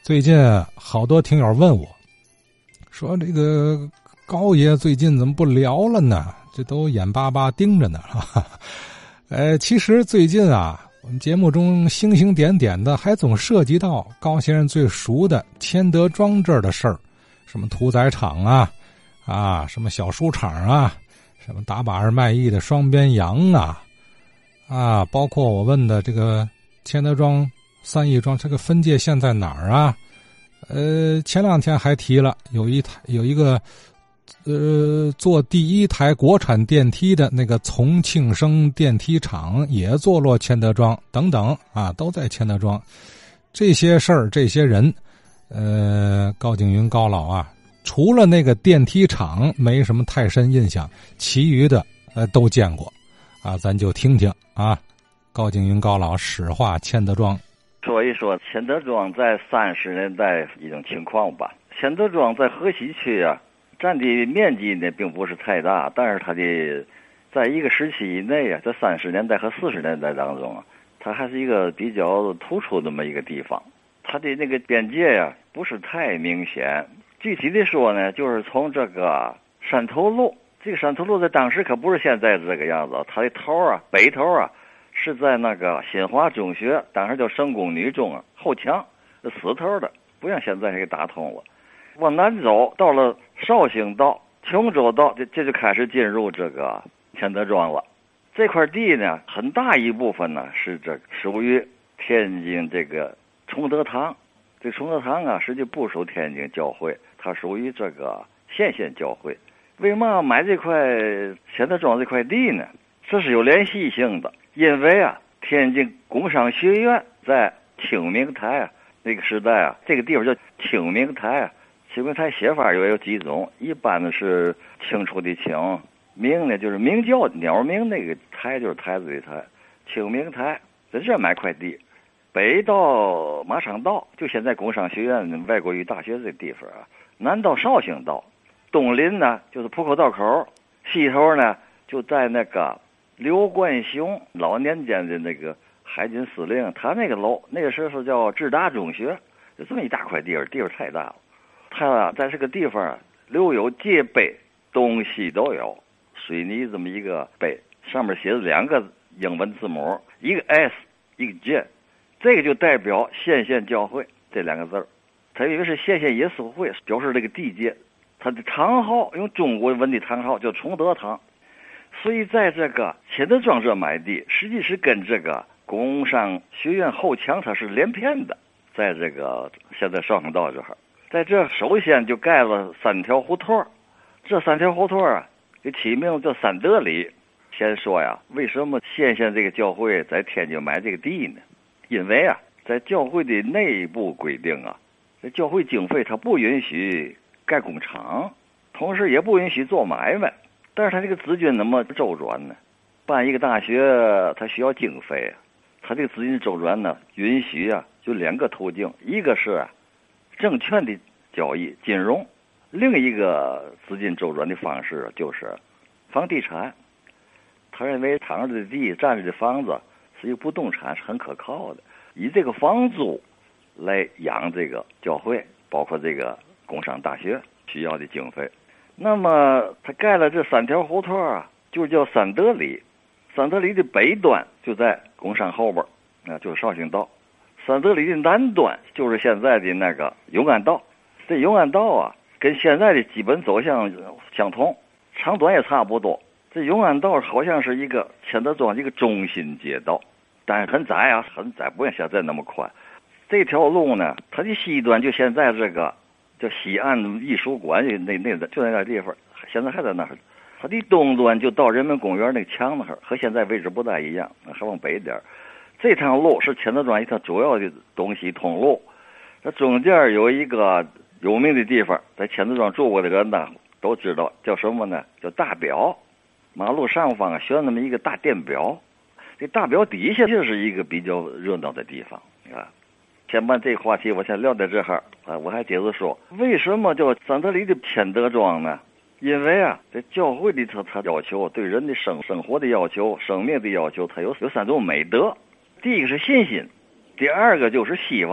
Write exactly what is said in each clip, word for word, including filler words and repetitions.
最近好多听友问我，说这个高爷最近怎么不聊了呢？这都眼巴巴盯着呢。哈哈。呃，其实最近啊，我们节目中星星点点的，还总涉及到高先生最熟的千德庄这儿的事儿，什么屠宰场啊，啊，什么小书场啊，什么打把式卖艺的双边羊啊，啊，包括我问的这个千德庄、三义庄这个分界线在哪儿啊？呃，前两天还提了有一台有一个。呃，做第一台国产电梯的那个重庆生电梯厂也坐落千德庄等等啊，都在千德庄。这些事儿，这些人，呃，高景云高老啊，除了那个电梯厂没什么太深印象，其余的呃都见过啊，咱就听听啊，高景云高老史话千德庄。 说一说千德庄在三十年代一种情况吧。千德庄在河西区啊。占地面积呢并不是太大，但是它的在一个时期以内啊，在三十年代和四十年代当中啊，它还是一个比较突出的这么一个地方。它的那个边界呀、啊、不是太明显。具体的说呢，就是从这个山头路，这个山头路在当时可不是现在这个样子，它的头啊北头啊是在那个新华中学，当时叫圣公女中啊后墙死头的，不像现在给打通了。往南走，到了绍兴道、琼州道，这这就开始进入这个千德庄了。这块地呢，很大一部分呢是这属于天津这个崇德堂。这崇德堂啊，实际不属天津教会，它属于这个县县教会。为什么买这块千德庄这块地呢？这是有联系性的，因为啊，天津工商学院在清明台啊那个时代啊，这个地方叫清明台啊。清明台写法也有几种，一般的是清楚的清，明呢就是鸣叫鸟鸣，那个台就是台子的台，清明台在这买块地，北到马场道，就现在工商学院外国语大学这地方啊，南到绍兴道，东临呢就是浦口道口，西头呢就在那个刘冠雄老年间的那个海军司令，他那个楼那个时候叫智达中学，就这么一大块地方，地方太大了。它啊，在这个地方留有界碑，东西都有，水泥这么一个碑，上面写着两个英文字母，一个 S， 一个 J， 这个就代表县县教会这两个字儿。它以为是县县耶稣会，表示这个地界。它的堂号用中国文的堂号叫崇德堂，所以在这个千德庄这买地，实际是跟这个工商学院后墙它是连片的，在这个现在绍兴道这儿。在这首先就盖了三条胡同，这三条胡同啊，就起名叫三德里。先说呀，为什么县县这个教会在天津买这个地呢？因为啊，在教会的内部规定啊，这教会经费它不允许盖工厂，同时也不允许做买卖。但是它这个资金怎么周转呢？办一个大学它需要经费啊，它这个资金周转呢，允许啊，就两个途径，一个是啊。证券的交易、金融，另一个资金周转的方式就是房地产。他认为躺着的地、站着的房子是一个不动产，是很可靠的，以这个房租来养这个教会，包括这个工商大学需要的经费。那么他盖了这三条胡同啊，就叫三德里。三德里的北端就在工商后边，那就是绍兴道。三德里的南端就是现在的那个永安道，这永安道啊，跟现在的基本走向相同，长短也差不多。这永安道好像是一个千德庄一个中心街道，但是很窄啊，很窄，不像现在那么宽。这条路呢，它的西端就现在这个叫西岸艺术馆那那就在那地方，现在还在那儿。它的东端就到人民公园那墙那儿，和现在位置不太一样，还往北一点。这条路是千德庄一条主要的东西通路，它中间有一个有名的地方，在千德庄住过的人呢都知道，叫什么呢？叫大表。马路上方悬那么一个大电表，这大表底下就是一个比较热闹的地方啊。先把这个话题我先聊到这儿啊，我还接着说，为什么叫三德里的千德庄呢？因为啊，这教会里头他要求对人的生生活的要求、生命的要求，它有有三种美德。第一个是信心，第二个就是希望，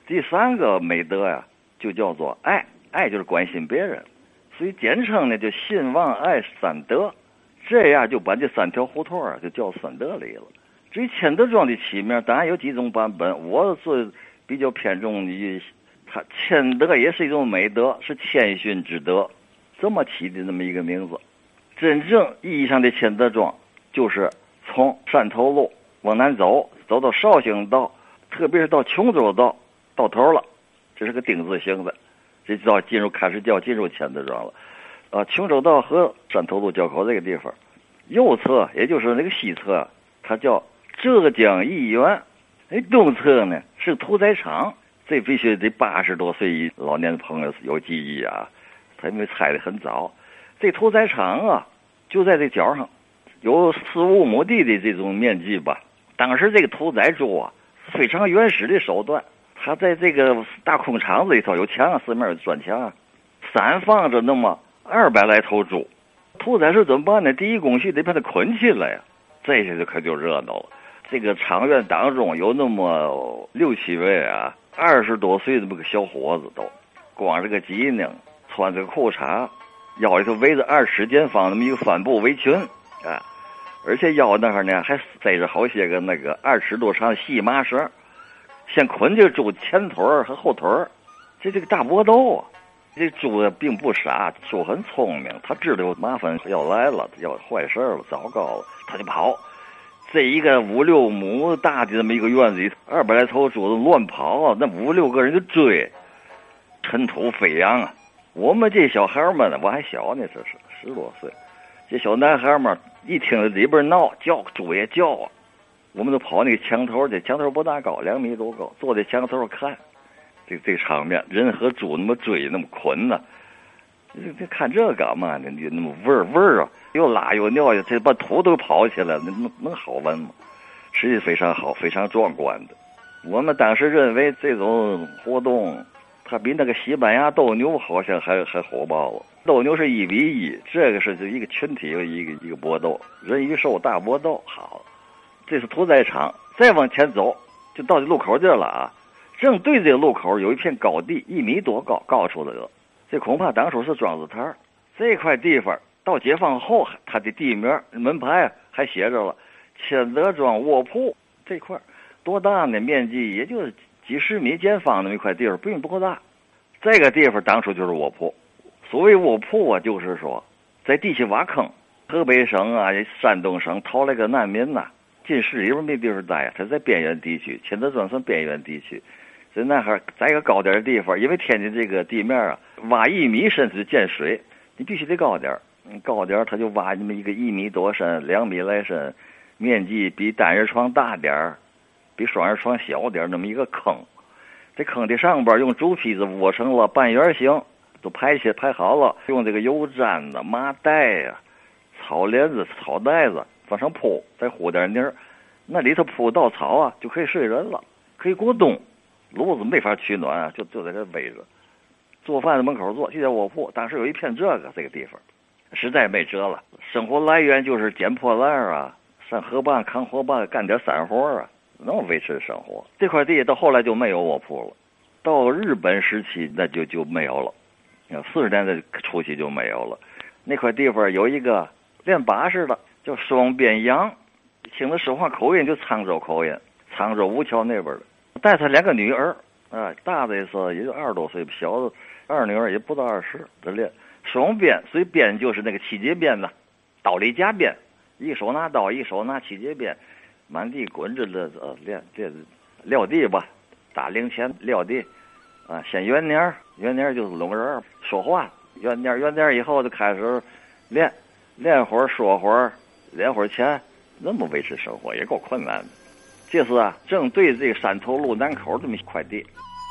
第三个美德呀，就叫做爱，爱就是关心别人，所以简称呢就信望爱三德，这样就把这三条胡同啊就叫三德里了。至于千德庄的起名，当然有几种版本，我是比较偏重于它谦德也是一种美德，是谦逊之德，这么起的这么一个名字。真正意义上的千德庄，就是从汕头路往南走，走到绍兴道，特别是到琼州道到头了，这是个丁字形的，这就要进入开始就要进入千德庄了。啊，琼州道和汕头路交口这个地方，右侧也就是那个西侧，它叫浙江义园，哎，东侧呢是屠宰场。这必须得八十多岁老年朋友有记忆啊，他因为拆得很早。这屠宰场啊，就在这角上，有四五亩地的这种面积吧。当时这个屠宰猪啊，非常原始的手段，他在这个大空场子里头有墙，四面有砖墙，散放着那么二百来头猪。屠宰是怎么办呢？第一工序得把它捆起来呀，这下就可就热闹了。这个场院当中有那么六七位啊。二十多岁的那么个小伙子都，光着个脊领，穿着个裤衩，腰里头围着二尺见方那么一个帆布围裙啊，而且腰那儿呢还塞着好些个那个二尺多长的细麻绳，先捆这个猪前腿和后腿，这这个大搏斗啊，这猪并不傻，猪很聪明，他知道麻烦要来了，要坏事了，糟糕了，他就跑。这一个五六亩大的这么一个院子里，二百来头猪乱跑啊，那五六个人就追，尘土飞扬啊。我们这小孩们呢，我还小呢，这是十多岁，这小男孩们一听着里边闹叫，猪也叫啊，我们都跑那个墙头去，墙头不大高，两米多高，坐在墙头看，这这场面，人和猪那么追，那么捆呢、啊，这这看这干嘛呢？你那么味儿味儿啊！又拉又尿，这把土都跑起来了，能能好闻吗？实际非常好，非常壮观的。我们当时认为这种活动，它比那个西班牙斗牛好像还还火爆了。斗牛是一比一，这个是一个群体一个一个搏斗，人与兽大搏斗。好，这是屠宰场，再往前走就到这路口这儿了啊！正对这个路口有一片高地，一米多高，高出来了。这恐怕当初是庄子摊，这块地方。到解放后，它的地名门牌还写着了“千德庄卧铺”这块多大呢？面积也就是几十米见方那么一块地方，并不够大。这个地方当初就是卧铺。所谓卧铺啊，就是说在地下挖坑。河北省啊、山东省逃来个难民呐、啊，进市里边没地方待，他在边缘地区，千德庄算边缘地区。这那哈在一个高点的地方，因为天津这个地面啊，挖一米深就见水，你必须得高点。高点他就挖那么一个一米多深，两米来深，面积比单人床大点儿，比双人床小点儿，那么一个坑。这坑的上边用竹坯子窝成了半圆形，都排起排好了，用这个油毡子、麻袋呀、草帘子、草袋子往上铺，再糊点泥儿，那里头铺稻草啊，就可以睡人了，可以过冬。炉子没法取暖啊，就就在这围着。做饭在门口做，就在卧铺。当时有一片这个这个地方。实在没辙了，生活来源就是捡破烂啊，上河坝扛火把，干点散活啊，能维持生活。这块地到后来就没有卧铺了，到日本时期那就就没有了，四十年代初期就没有了。那块地方有一个练把式的，叫双边洋，听他说话口音就沧州口音，沧州吴桥那边的，带他两个女儿啊，大的是也就二十多岁，小的二女儿也不到二十，这练。双鞭，所以鞭就是那个七节鞭呐，刀里夹鞭，一手拿刀，一手拿七节鞭，满地滚着的呃练练撂地吧，打零钱撂地，啊，先圆年儿，圆年儿就是拢人说话，圆年儿圆年儿以后就开始练，练会儿说会儿，练会儿钱，那么维持生活也够困难的。这是啊，正对这个山头路南口这么一块地。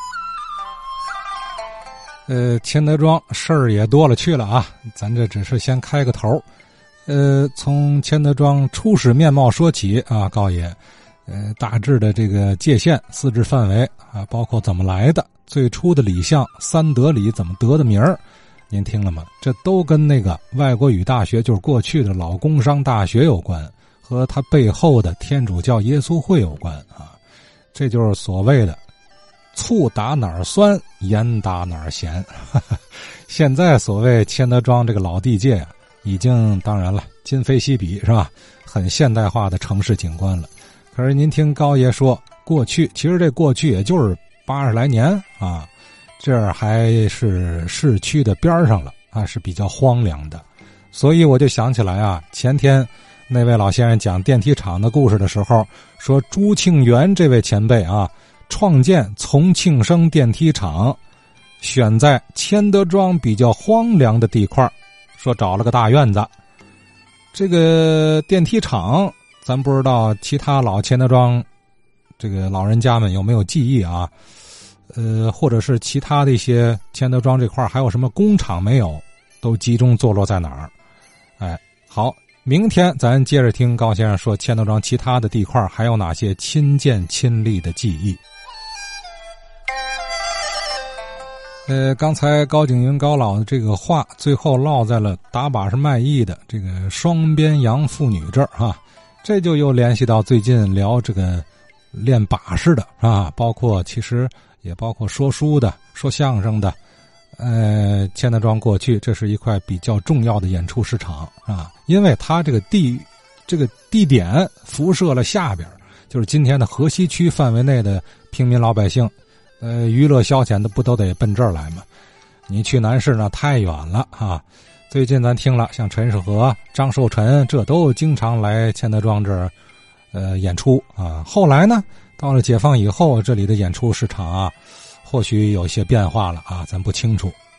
呃，千德庄事儿也多了去了啊，咱这只是先开个头。呃，从千德庄初始面貌说起啊，高爷，呃，大致的这个界限、四肢范围啊，包括怎么来的，最初的理象，三德里怎么得的名儿，您听了吗？这都跟那个外国语大学，就是过去的老工商大学有关，和它背后的天主教耶稣会有关啊，这就是所谓的醋打哪儿酸，盐打哪儿咸。现在所谓千德庄这个老地界啊，已经当然了，今非昔比，是吧？很现代化的城市景观了。可是您听高爷说，过去其实这过去也就是八十来年啊，这儿还是市区的边上了啊，是比较荒凉的。所以我就想起来啊，前天那位老先生讲电梯厂的故事的时候，说朱庆元这位前辈啊，创建从庆生电梯厂，选在千德庄比较荒凉的地块，说找了个大院子。这个电梯厂咱不知道其他老千德庄这个老人家们有没有记忆啊？呃，或者是其他的一些千德庄这块还有什么工厂没有，都集中坐落在哪儿？哎，好，明天咱接着听高先生说千德庄其他的地块还有哪些亲见亲历的记忆。呃，刚才高景云高老的这个话最后落在了打把式卖艺的这个双边洋妇女这儿啊，这就又联系到最近聊这个练把式的啊，包括其实也包括说书的、说相声的。呃，千德庄过去这是一块比较重要的演出市场啊，因为它这个地这个地点辐射了下边，就是今天的河西区范围内的平民老百姓，呃，娱乐消遣的不都得奔这儿来吗？你去南市呢太远了啊。最近咱听了，像陈世和、张寿臣，这都经常来千德庄这儿呃演出啊。后来呢，到了解放以后，这里的演出市场啊，或许有些变化了啊，咱不清楚。